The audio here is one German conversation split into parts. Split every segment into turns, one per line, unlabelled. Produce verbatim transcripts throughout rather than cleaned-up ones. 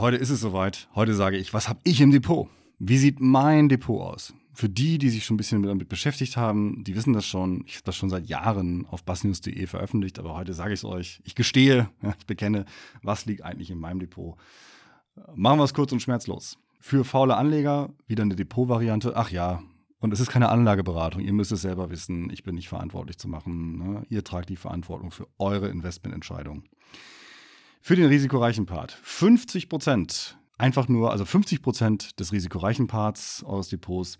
Heute ist es soweit. Heute sage ich, was habe ich im Depot? Wie sieht mein Depot aus? Für die, die sich schon ein bisschen damit beschäftigt haben, die wissen das schon. Ich habe das schon seit Jahren auf bassnews punkt de veröffentlicht, aber heute sage ich es euch. Ich gestehe, ich bekenne, was liegt eigentlich in meinem Depot. Machen wir es kurz und schmerzlos. Für faule Anleger wieder eine Depot-Variante. Ach ja, und es ist keine Anlageberatung. Ihr müsst es selber wissen. Ich bin nicht verantwortlich zu machen. Ne? Ihr tragt die Verantwortung für eure Investmententscheidung. Für den risikoreichen Part fünfzig Prozent. Einfach nur, also fünfzig Prozent des risikoreichen Parts eures Depots.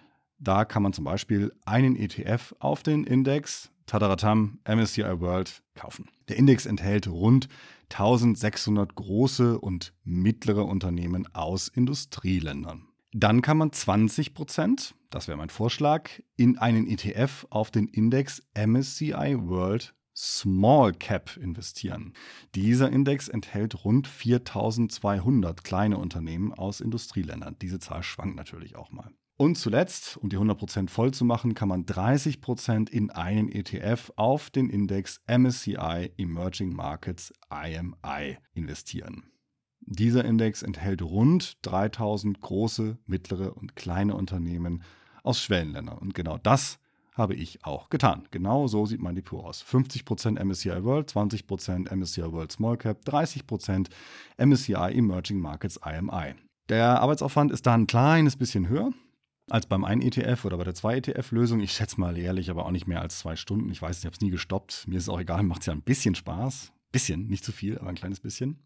Da kann man zum Beispiel einen E T F auf den Index, Tadaratam, M S C I World, kaufen. Der Index enthält rund eintausendsechshundert große und mittlere Unternehmen aus Industrieländern. Dann kann man zwanzig Prozent, das wäre mein Vorschlag, in einen E T F auf den Index M S C I World Small Cap investieren. Dieser Index enthält rund viertausendzweihundert kleine Unternehmen aus Industrieländern. Diese Zahl schwankt natürlich auch mal. Und zuletzt, um die hundert Prozent voll zu machen, kann man dreißig Prozent in einen E T F auf den Index M S C I Emerging Markets I M I investieren. Dieser Index enthält rund dreitausend große, mittlere und kleine Unternehmen aus Schwellenländern. Und genau das habe ich auch getan. Genau so sieht mein Depot aus. fünfzig Prozent M S C I World, zwanzig Prozent M S C I World Small Cap, dreißig Prozent M S C I Emerging Markets I M I. Der Arbeitsaufwand ist da ein kleines bisschen höher als beim einen E T F oder bei der zwei E T F-Lösung. Ich schätze mal jährlich, aber auch nicht mehr als zwei Stunden. Ich weiß, ich habe es nie gestoppt. Mir ist es auch egal, macht es ja ein bisschen Spaß. Bisschen, nicht zu viel, aber ein kleines bisschen.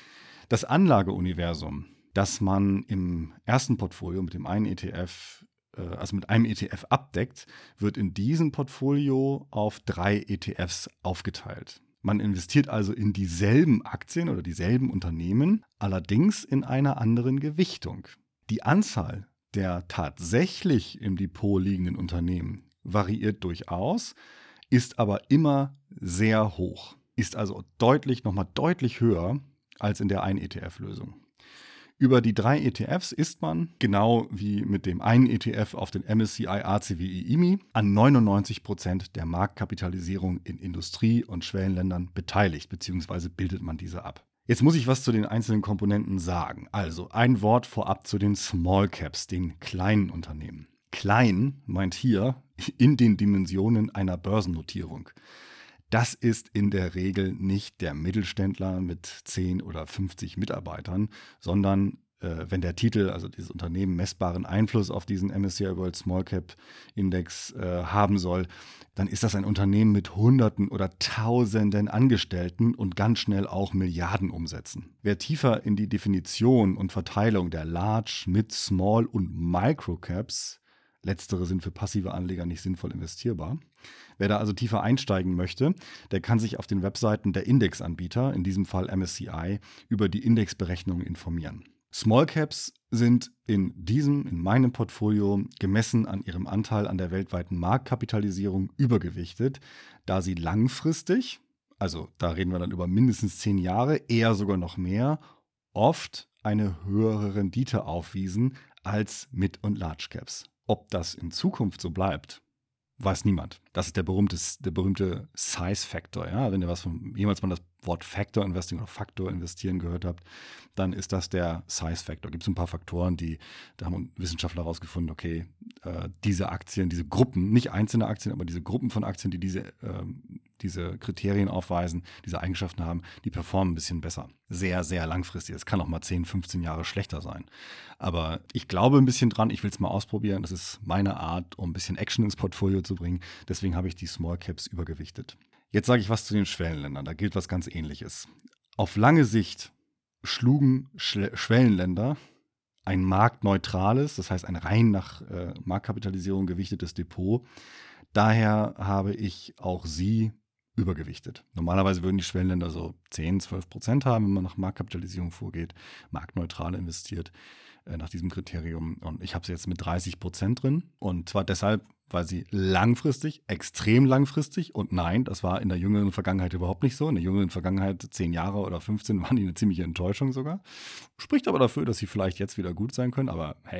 Das Anlageuniversum, das man im ersten Portfolio mit dem einen E T F also mit einem E T F abdeckt, wird in diesem Portfolio auf drei E T Fs aufgeteilt. Man investiert also in dieselben Aktien oder dieselben Unternehmen, allerdings in einer anderen Gewichtung. Die Anzahl der tatsächlich im Depot liegenden Unternehmen variiert durchaus, ist aber immer sehr hoch. Ist also deutlich, nochmal deutlich höher als in der einen E T F-Lösung. Über die drei E T Fs ist man, genau wie mit dem einen E T F auf den M S C I A C W I I M I, an neunundneunzig Prozent der Marktkapitalisierung in Industrie- und Schwellenländern beteiligt, beziehungsweise bildet man diese ab. Jetzt muss ich was zu den einzelnen Komponenten sagen. Also ein Wort vorab zu den Small Caps, den kleinen Unternehmen. Klein meint hier in den Dimensionen einer Börsennotierung. Das ist in der Regel nicht der Mittelständler mit zehn oder fünfzig Mitarbeitern, sondern äh, wenn der Titel, also dieses Unternehmen, messbaren Einfluss auf diesen M S C I World Small Cap Index äh, haben soll, dann ist das ein Unternehmen mit Hunderten oder Tausenden Angestellten und ganz schnell auch Milliarden umsetzen. Wer tiefer in die Definition und Verteilung der Large, Mid, Small und Micro Caps, letztere sind für passive Anleger nicht sinnvoll investierbar. Wer da also tiefer einsteigen möchte, der kann sich auf den Webseiten der Indexanbieter, in diesem Fall M S C I, über die Indexberechnungen informieren. Small Caps sind in diesem, in meinem Portfolio, gemessen an ihrem Anteil an der weltweiten Marktkapitalisierung übergewichtet, da sie langfristig, also da reden wir dann über mindestens zehn Jahre, eher sogar noch mehr, oft eine höhere Rendite aufwiesen als Mid- und Large Caps. Ob das in Zukunft so bleibt, weiß niemand. Das ist der berühmte, der berühmte Size Factor. Ja? Wenn ihr was von jemals mal das Wort Factor Investing oder Faktor investieren gehört habt, dann ist das der Size Factor. Gibt es ein paar Faktoren, die, da haben Wissenschaftler herausgefunden, okay, äh, diese Aktien, diese Gruppen, nicht einzelne Aktien, aber diese Gruppen von Aktien, die diese, äh, diese Kriterien aufweisen, diese Eigenschaften haben, die performen ein bisschen besser. Sehr, sehr langfristig. Es kann auch mal zehn, fünfzehn Jahre schlechter sein. Aber ich glaube ein bisschen dran, ich will es mal ausprobieren. Das ist meine Art, um ein bisschen Action ins Portfolio zu bringen. Deswegen habe ich die Small Caps übergewichtet. Jetzt sage ich was zu den Schwellenländern. Da gilt was ganz Ähnliches. Auf lange Sicht schlugen Schle- Schwellenländer ein marktneutrales, das heißt ein rein nach äh, Marktkapitalisierung gewichtetes Depot. Daher habe ich auch sie übergewichtet. Normalerweise würden die Schwellenländer so zehn, zwölf Prozent haben, wenn man nach Marktkapitalisierung vorgeht, marktneutral investiert äh, nach diesem Kriterium. Und ich habe sie jetzt mit dreißig Prozent drin. Und zwar deshalb, weil sie langfristig, extrem langfristig, und nein, das war in der jüngeren Vergangenheit überhaupt nicht so. In der jüngeren Vergangenheit, zehn Jahre oder fünfzehn, waren die eine ziemliche Enttäuschung sogar. Spricht aber dafür, dass sie vielleicht jetzt wieder gut sein können. Aber hey,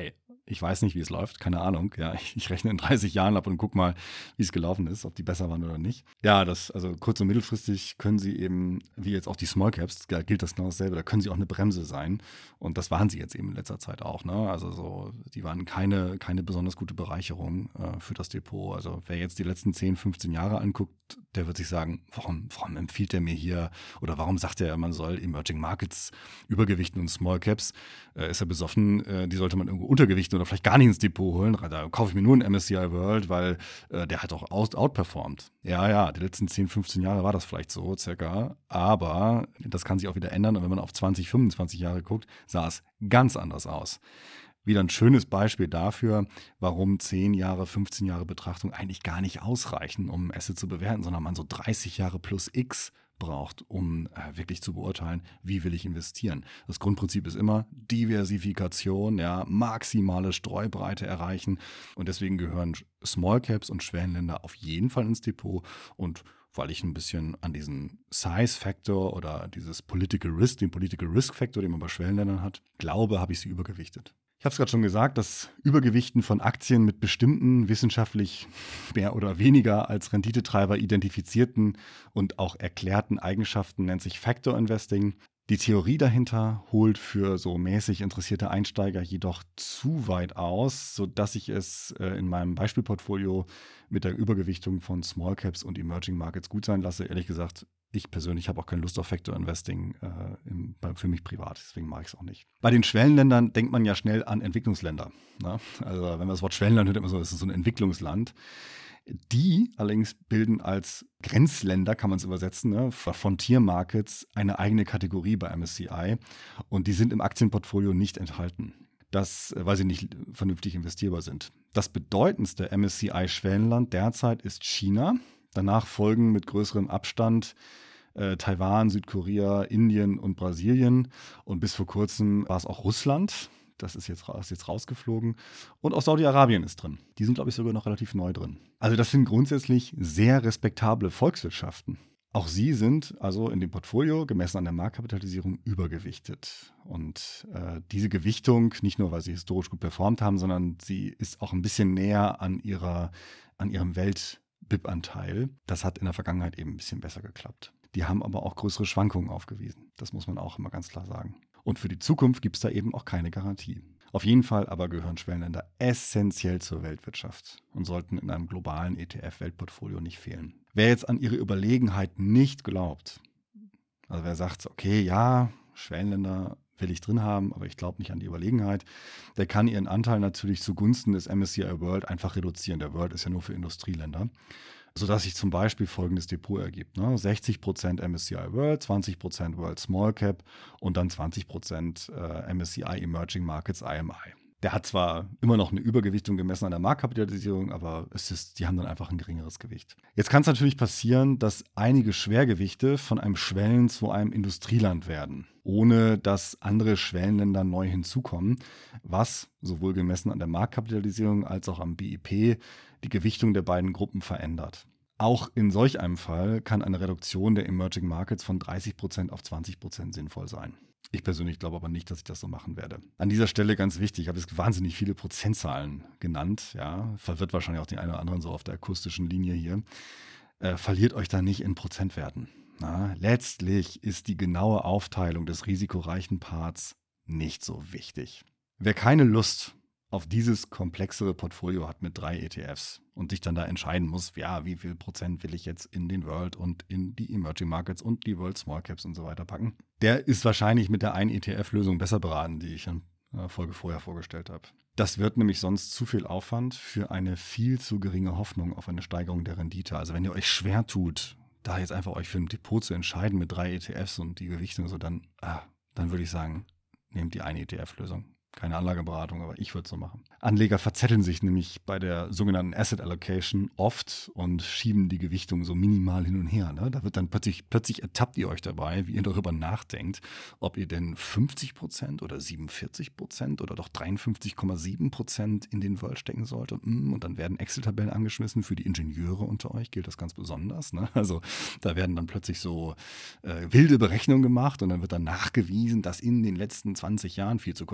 Ich weiß nicht, wie es läuft, keine Ahnung. Ja, ich, ich rechne in dreißig Jahren ab und guck mal, wie es gelaufen ist, ob die besser waren oder nicht. Ja, das, also kurz- und mittelfristig können sie eben, wie jetzt auch die Small Caps, da gilt das genau dasselbe, da können sie auch eine Bremse sein. Und das waren sie jetzt eben in letzter Zeit auch. Ne? Also so, die waren keine, keine besonders gute Bereicherung äh, für das Depot. Also wer jetzt die letzten zehn, fünfzehn Jahre anguckt, der wird sich sagen, warum, warum empfiehlt er mir hier oder warum sagt er, man soll Emerging Markets übergewichten und Small Caps? Äh, ist er besoffen? Äh, die sollte man irgendwo untergewichten oder vielleicht gar nicht ins Depot holen. Da kaufe ich mir nur einen M S C I World, weil äh, der hat auch out outperformt. Ja, ja, die letzten zehn, fünfzehn Jahre war das vielleicht so circa, aber das kann sich auch wieder ändern und wenn man auf zwanzig, fünfundzwanzig Jahre guckt, sah es ganz anders aus. Wieder ein schönes Beispiel dafür, warum zehn Jahre, fünfzehn Jahre Betrachtung eigentlich gar nicht ausreichen, um Asset zu bewerten, sondern man so dreißig Jahre plus X braucht, um äh, wirklich zu beurteilen, wie will ich investieren. Das Grundprinzip ist immer Diversifikation, ja, maximale Streubreite erreichen und deswegen gehören Small Caps und Schwellenländer auf jeden Fall ins Depot und weil ich ein bisschen an diesen Size-Factor oder dieses Political Risk, den Political Risk-Factor, den man bei Schwellenländern hat, glaube, habe ich sie übergewichtet. Ich habe es gerade schon gesagt, das Übergewichten von Aktien mit bestimmten wissenschaftlich mehr oder weniger als Renditetreiber identifizierten und auch erklärten Eigenschaften nennt sich Factor Investing. Die Theorie dahinter holt für so mäßig interessierte Einsteiger jedoch zu weit aus, sodass ich es äh, in meinem Beispielportfolio mit der Übergewichtung von Small Caps und Emerging Markets gut sein lasse. Ehrlich gesagt, ich persönlich habe auch keine Lust auf Factor Investing äh, im, für mich privat, deswegen mache ich es auch nicht. Bei den Schwellenländern denkt man ja schnell an Entwicklungsländer. Ne? Also wenn man das Wort Schwellenland hört, immer so, das ist so ein Entwicklungsland. Die allerdings bilden als Grenzländer, kann man es übersetzen, ne, Frontier Markets, eine eigene Kategorie bei M S C I und die sind im Aktienportfolio nicht enthalten. Das, weil sie nicht vernünftig investierbar sind. Das bedeutendste M S C I-Schwellenland derzeit ist China. Danach folgen mit größerem Abstand äh, Taiwan, Südkorea, Indien und Brasilien. Und bis vor kurzem war es auch Russland. Das ist jetzt, ist jetzt rausgeflogen. Und auch Saudi-Arabien ist drin. Die sind, glaube ich, sogar noch relativ neu drin. Also das sind grundsätzlich sehr respektable Volkswirtschaften. Auch sie sind also in dem Portfolio, gemessen an der Marktkapitalisierung, übergewichtet. Und äh, diese Gewichtung, nicht nur, weil sie historisch gut performt haben, sondern sie ist auch ein bisschen näher an, ihrer, an ihrem Welt-B I P-Anteil. Das hat in der Vergangenheit eben ein bisschen besser geklappt. Die haben aber auch größere Schwankungen aufgewiesen. Das muss man auch immer ganz klar sagen. Und für die Zukunft gibt es da eben auch keine Garantie. Auf jeden Fall aber gehören Schwellenländer essentiell zur Weltwirtschaft und sollten in einem globalen E T F-Weltportfolio nicht fehlen. Wer jetzt an ihre Überlegenheit nicht glaubt, also wer sagt, okay, ja, Schwellenländer will ich drin haben, aber ich glaube nicht an die Überlegenheit, der kann ihren Anteil natürlich zugunsten des M S C I World einfach reduzieren. Der World ist ja nur für Industrieländer. Sodass sich zum Beispiel folgendes Depot ergibt. Ne? sechzig Prozent M S C I World, zwanzig Prozent World Small Cap und dann zwanzig Prozent äh, M S C I Emerging Markets I M I. Der hat zwar immer noch eine Übergewichtung gemessen an der Marktkapitalisierung, aber es ist, die haben dann einfach ein geringeres Gewicht. Jetzt kann es natürlich passieren, dass einige Schwergewichte von einem Schwellen- zu einem Industrieland werden, ohne dass andere Schwellenländer neu hinzukommen, was sowohl gemessen an der Marktkapitalisierung als auch am B I P die Gewichtung der beiden Gruppen verändert. Auch in solch einem Fall kann eine Reduktion der Emerging Markets von dreißig Prozent auf zwanzig Prozent sinnvoll sein. Ich persönlich glaube aber nicht, dass ich das so machen werde. An dieser Stelle ganz wichtig, ich habe jetzt wahnsinnig viele Prozentzahlen genannt, ja, verwirrt wahrscheinlich auch die einen oder anderen so auf der akustischen Linie hier. Äh, verliert euch da nicht in Prozentwerten. Na, letztlich ist die genaue Aufteilung des risikoreichen Parts nicht so wichtig. Wer keine Lust auf dieses komplexere Portfolio hat mit drei E T Fs und sich dann da entscheiden muss, ja, wie viel Prozent will ich jetzt in den World und in die Emerging Markets und die World Small Caps und so weiter packen, der ist wahrscheinlich mit der einen E T F-Lösung besser beraten, die ich in der Folge vorher vorgestellt habe. Das wird nämlich sonst zu viel Aufwand für eine viel zu geringe Hoffnung auf eine Steigerung der Rendite. Also wenn ihr euch schwer tut, da jetzt einfach euch für ein Depot zu entscheiden mit drei E T Fs und die Gewichtung so, dann, ah, dann würde ich sagen, nehmt die eine E T F-Lösung. Keine Anlageberatung, aber ich würde es so machen. Anleger verzetteln sich nämlich bei der sogenannten Asset Allocation oft und schieben die Gewichtung so minimal hin und her. Ne? Da wird dann plötzlich, plötzlich ertappt ihr euch dabei, wie ihr darüber nachdenkt, ob ihr denn fünfzig Prozent oder siebenundvierzig Prozent oder doch dreiundfünfzig Komma sieben Prozent in den World stecken sollt. Und dann werden Excel-Tabellen angeschmissen. Für die Ingenieure unter euch gilt das ganz besonders. Ne? Also da werden dann plötzlich so äh, wilde Berechnungen gemacht und dann wird dann nachgewiesen, dass in den letzten zwanzig Jahren, viel zu kurzer Zeitraum,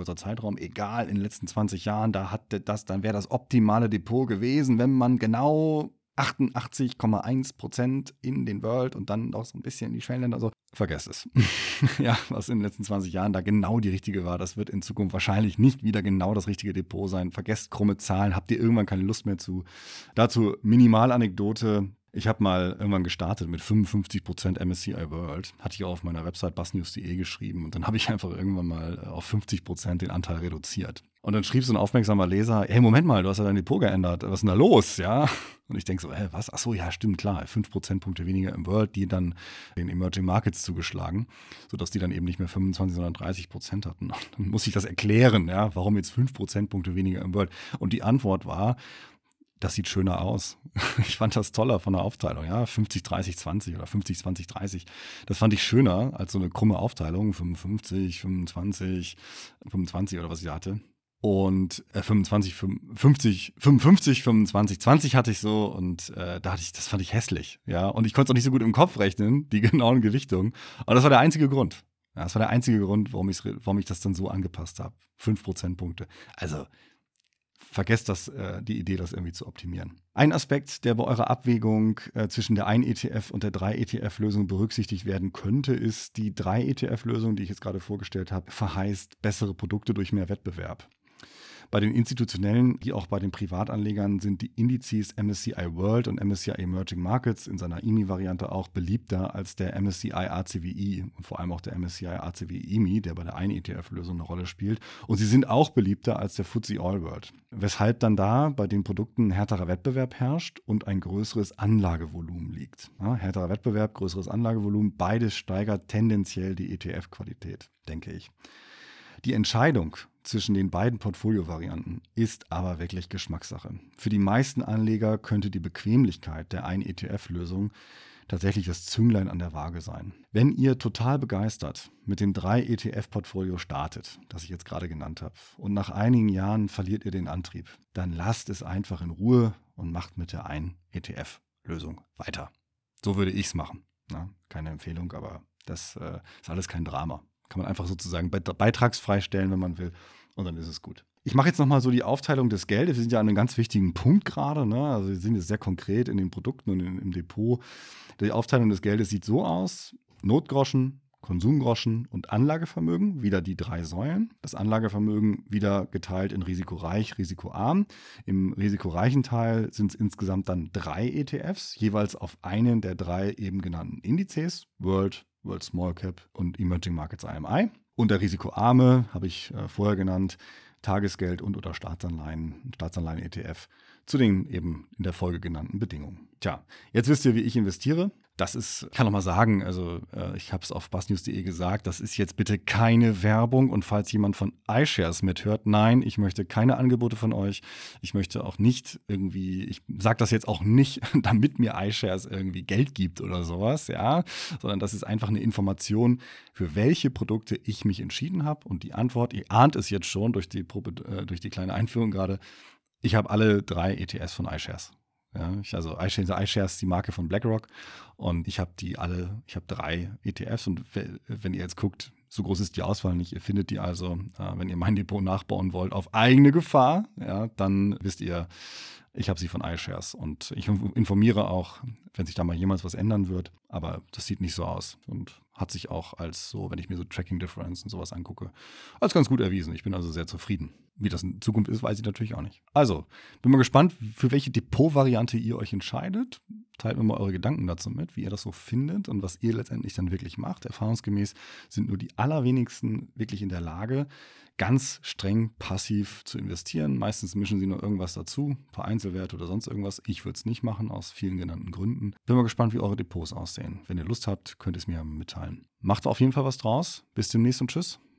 Zeitraum, egal, in den letzten zwanzig Jahren, da hat das, dann wäre das optimale Depot gewesen, wenn man genau achtundachtzig Komma eins Prozent in den World und dann auch so ein bisschen in die Schwellenländer. Also vergesst es. Ja, was in den letzten zwanzig Jahren da genau die richtige war, das wird in Zukunft wahrscheinlich nicht wieder genau das richtige Depot sein. Vergesst krumme Zahlen, habt ihr irgendwann keine Lust mehr zu. Dazu Minimalanekdote. Ich habe mal irgendwann gestartet mit fünfundfünfzig Prozent M S C I World. Hatte ich auch auf meiner Website bassnews punkt de geschrieben. Und dann habe ich einfach irgendwann mal auf fünfzig Prozent den Anteil reduziert. Und dann schrieb so ein aufmerksamer Leser, hey, Moment mal, du hast ja dein Depot geändert. Was ist denn da los? Ja. Und ich denke so, hä, was? Ach so, ja, stimmt, klar. fünf Prozentpunkte weniger im World, die dann den Emerging Markets zugeschlagen, sodass die dann eben nicht mehr fünfundzwanzig, sondern dreißig Prozent hatten. Dann muss ich das erklären, ja, warum jetzt fünf Prozentpunkte weniger im World. Und die Antwort war, das sieht schöner aus. Ich fand das toller von der Aufteilung, ja, fünfzig, dreißig, zwanzig oder fünfzig, zwanzig, dreißig. Das fand ich schöner als so eine krumme Aufteilung, fünfundfünfzig, fünfundzwanzig, fünfundzwanzig oder was ich da hatte. Und äh, fünfundzwanzig, fünfzig, fünfundfünfzig, fünfundzwanzig, zwanzig hatte ich so und äh, da hatte ich, das fand ich hässlich, ja. Und ich konnte es auch nicht so gut im Kopf rechnen, die genauen Gewichtungen. Und das war der einzige Grund. Ja, das war der einzige Grund, warum ich, warum ich das dann so angepasst habe. Fünf Prozentpunkte. Also vergesst das, äh, die Idee, das irgendwie zu optimieren. Ein Aspekt, der bei eurer Abwägung äh, zwischen der ein E T F und der drei E T F-Lösung berücksichtigt werden könnte, ist die drei E T F-Lösung, die ich jetzt gerade vorgestellt habe, verheißt bessere Produkte durch mehr Wettbewerb. Bei den institutionellen wie auch bei den Privatanlegern sind die Indizes M S C I World und M S C I Emerging Markets in seiner E M I-Variante auch beliebter als der M S C I A C W I und vor allem auch der M S C I A C W I E M I, der bei der ein E T F-Lösung eine Rolle spielt. Und sie sind auch beliebter als der F T S E All World. Weshalb dann da bei den Produkten härterer Wettbewerb herrscht und ein größeres Anlagevolumen liegt. Ja, härterer Wettbewerb, größeres Anlagevolumen, beides steigert tendenziell die E T F-Qualität, denke ich. Die Entscheidung zwischen den beiden Portfoliovarianten ist aber wirklich Geschmackssache. Für die meisten Anleger könnte die Bequemlichkeit der ein E T F-Lösung tatsächlich das Zünglein an der Waage sein. Wenn ihr total begeistert mit dem drei E T F-Portfolio startet, das ich jetzt gerade genannt habe, und nach einigen Jahren verliert ihr den Antrieb, dann lasst es einfach in Ruhe und macht mit der ein E T F-Lösung weiter. So würde ich es machen. Na, keine Empfehlung, aber das äh, ist alles kein Drama. Kann man einfach sozusagen beitragsfrei stellen, wenn man will, und dann ist es gut. Ich mache jetzt nochmal so die Aufteilung des Geldes. Wir sind ja an einem ganz wichtigen Punkt gerade, ne? Also wir sind jetzt sehr konkret in den Produkten und in, im Depot. Die Aufteilung des Geldes sieht so aus: Notgroschen, Konsumgroschen und Anlagevermögen, wieder die drei Säulen. Das Anlagevermögen wieder geteilt in risikoreich, risikoarm. Im risikoreichen Teil sind es insgesamt dann drei E T Fs, jeweils auf einen der drei eben genannten Indizes, World, World Small Cap und Emerging Markets I M I. Und der risikoarme, habe ich äh, vorher genannt, Tagesgeld und oder Staatsanleihen, Staatsanleihen-E T F zu den eben in der Folge genannten Bedingungen. Tja, jetzt wisst ihr, wie ich investiere. Das ist, ich kann noch mal sagen, also äh, ich habe es auf bassnews punkt de gesagt, das ist jetzt bitte keine Werbung. Und falls jemand von iShares mithört, nein, ich möchte keine Angebote von euch. Ich möchte auch nicht irgendwie, ich sage das jetzt auch nicht, damit mir iShares irgendwie Geld gibt oder sowas, ja, sondern das ist einfach eine Information, für welche Produkte ich mich entschieden habe. Und die Antwort, ihr ahnt es jetzt schon durch die, Probe, äh, durch die kleine Einführung gerade, ich habe alle drei E T Fs von iShares. Ja, ich, also iShares, iShares ist die Marke von BlackRock und ich habe die alle, ich habe drei E T Fs und wenn ihr jetzt guckt, so groß ist die Auswahl nicht, ihr findet die also, äh, wenn ihr mein Depot nachbauen wollt, auf eigene Gefahr, ja, dann wisst ihr, ich habe sie von iShares und ich informiere auch, wenn sich da mal jemals was ändern wird, aber das sieht nicht so aus und hat sich auch als so, wenn ich mir so Tracking Difference und sowas angucke, als ganz gut erwiesen. Ich bin also sehr zufrieden. Wie das in Zukunft ist, weiß ich natürlich auch nicht. Also, bin mal gespannt, für welche Depotvariante ihr euch entscheidet. Teilt mir mal eure Gedanken dazu mit, wie ihr das so findet und was ihr letztendlich dann wirklich macht. Erfahrungsgemäß sind nur die allerwenigsten wirklich in der Lage, ganz streng passiv zu investieren. Meistens mischen sie nur irgendwas dazu, ein paar Einzelwerte oder sonst irgendwas. Ich würde es nicht machen, aus vielen genannten Gründen. Bin mal gespannt, wie eure Depots aussehen. Wenn ihr Lust habt, könnt ihr es mir mitteilen. Macht auf jeden Fall was draus. Bis demnächst und tschüss.